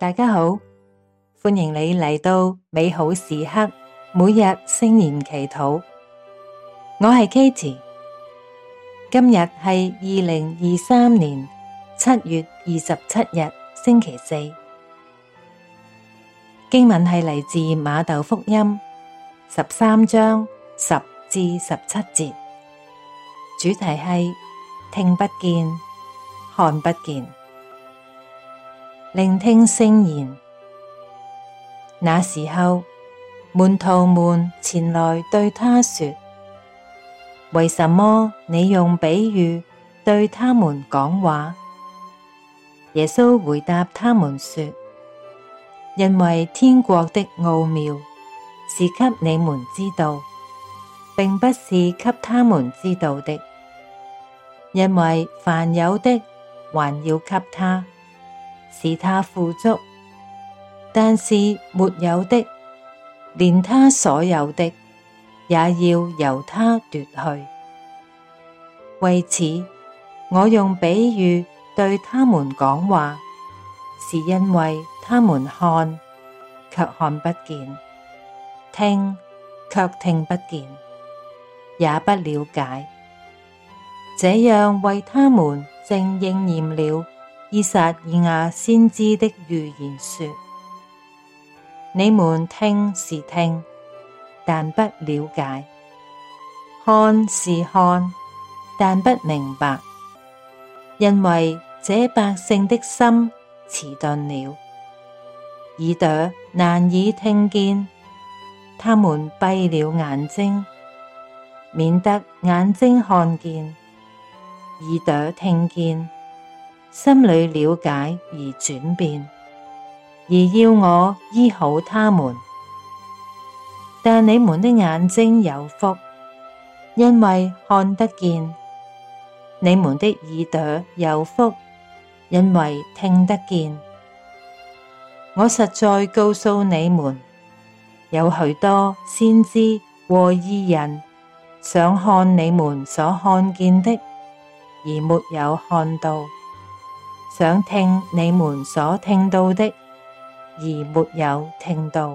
大家好，歡迎你嚟到美好時刻每日聖言祈禱。我係 Katie， 今日係2023年7月27日星期四。經文係嚟自馬竇福音13章10至17節，主題係聽不見，看不見。聆聽聖言。那時候，門徒們前來對他說：為什麼你用比喻對他們講話？耶穌回答他們說：因為天國的奧妙是給你們知道，並不是給他們知道的，因為凡有的還要給他，使他富足；但是沒有的，連他所有的也要由他奪去。為此，我用比喻對他們講話，是因為他們看，卻看不見；聽，卻聽不見，也不了解。這樣為他們正應驗了依撒意亞先知的預言說：你們聽是聽，但不了解；看是看，但不明白，因為這百姓的心遲鈍了，耳朵難以聽見，他們閉了眼睛，免得眼睛看見，耳朵聽見，心裏了解而轉變，而要我醫好他們。但你們的眼睛有福，因為看得見；你們的耳朵有福，因為聽得見。我實在告訴你們，有許多先知和義人想看你們所看見的，而沒有看到；想聽你們所聽到的，而沒有聽到。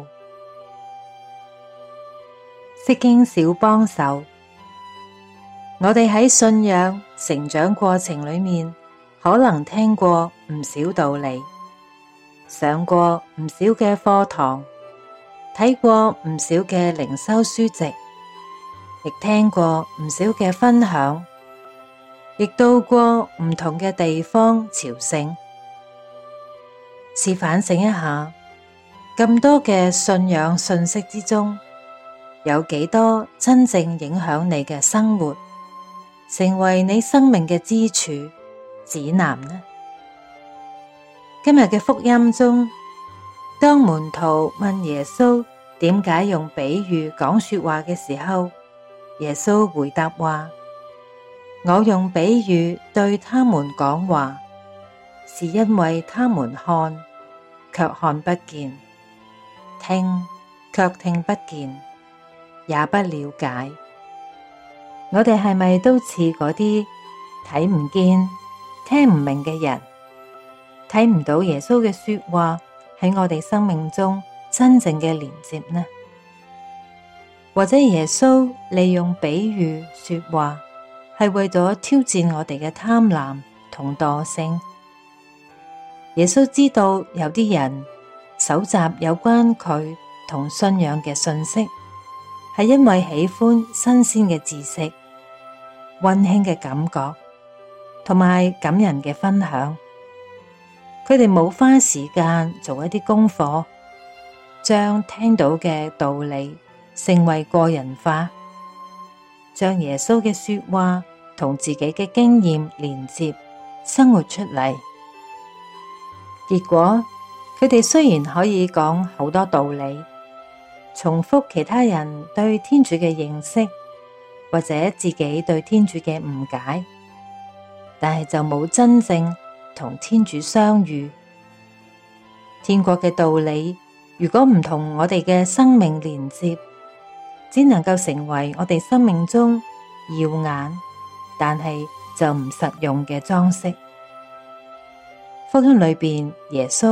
釋經小幫手。我哋喺信仰成長過程裏面，可能聽過唔少道理，上過唔少嘅課堂，睇過唔少嘅靈修書籍，亦聽過唔少嘅分享，亦到過唔同嘅地方朝聖。試反省一下，咁多嘅信仰信息之中，有幾多真正影響你嘅生活，成為你生命嘅支柱、指南呢？今日嘅福音中，當門徒問耶穌點解用比喻講說話嘅時候，耶穌回答話：我用比喻對他們講話，是因為他們看，卻看不見；聽，卻聽不見，也不了解。我哋係咪都似嗰啲睇唔見、聽唔明嘅人，睇唔到耶穌嘅說話喺我哋生命中真正嘅連接呢？或者耶穌利用比喻說話，係為咗挑戰我哋嘅貪婪同惰性？耶穌知道有啲人搜集有關佢同信仰嘅信息，係因為喜歡新鮮嘅知識、溫馨嘅感覺同埋感人嘅分享。佢哋冇花時間做一啲功課，將聽到嘅道理成為個人化，將耶穌嘅說話同自己嘅經驗連接，生活出嚟。結果，佢哋雖然可以講好多道理，重複其他人對天主嘅認識，或者自己對天主嘅誤解，但係就冇真正同天主相遇。天國嘅道理，如果唔同我哋嘅生命連接，只能夠成為我哋生命中耀眼，但係就唔實用嘅裝飾。福音裏邊，耶穌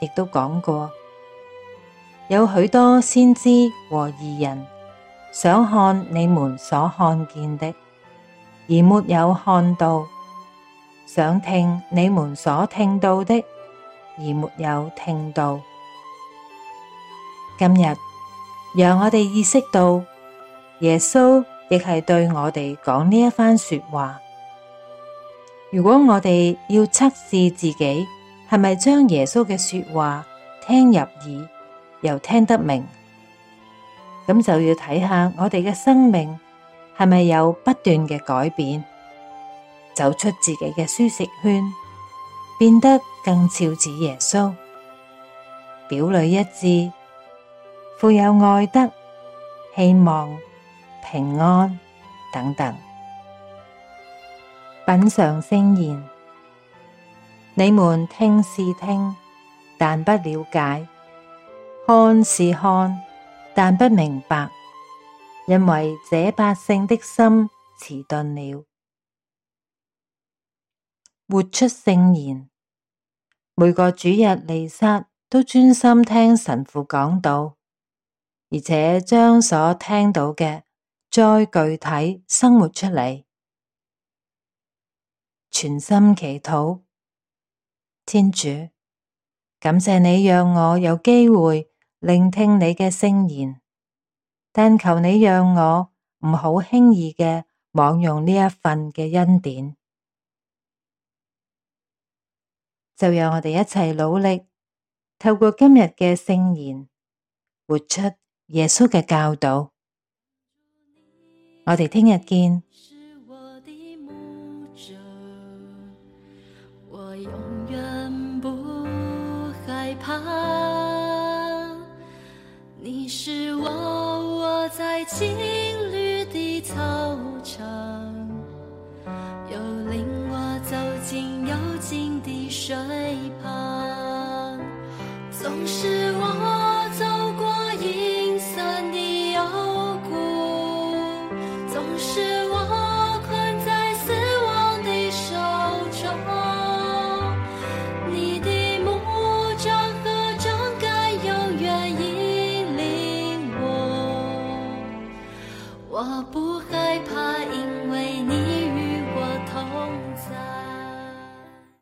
亦都講過，有許多先知和義人想看你們所看見的，而沒有看到；想聽你們所聽到的，而沒有聽到。今日，讓我哋意識到，耶穌亦係對我哋講呢一番說話。如果我哋要測試自己係咪將耶穌嘅說話聽入耳，又聽得明，咁就要睇下我哋嘅生命係咪有不斷嘅改變，走出自己嘅舒適圈，變得更肖似耶穌，表裏一致，富有愛德、希望、平安等等。品嚐聖言，你們聽是聽，但不了解；看是看，但不明白，因為這百姓的心遲鈍了。活出聖言，每個主日彌撒都專心聽神父講道，而且將所聽到嘅再具體生活出嚟。全心祈禱，天主，感謝你讓我有機會聆聽你嘅聖言，但求你讓我唔好輕易嘅妄用呢一份嘅恩典。就讓我哋一齊努力，透過今日嘅聖言，活出耶穌嘅教導。我哋聽日見。 我永遠不害怕，你是我窩在青綠的草場，又領我走進幽靜的水旁，總是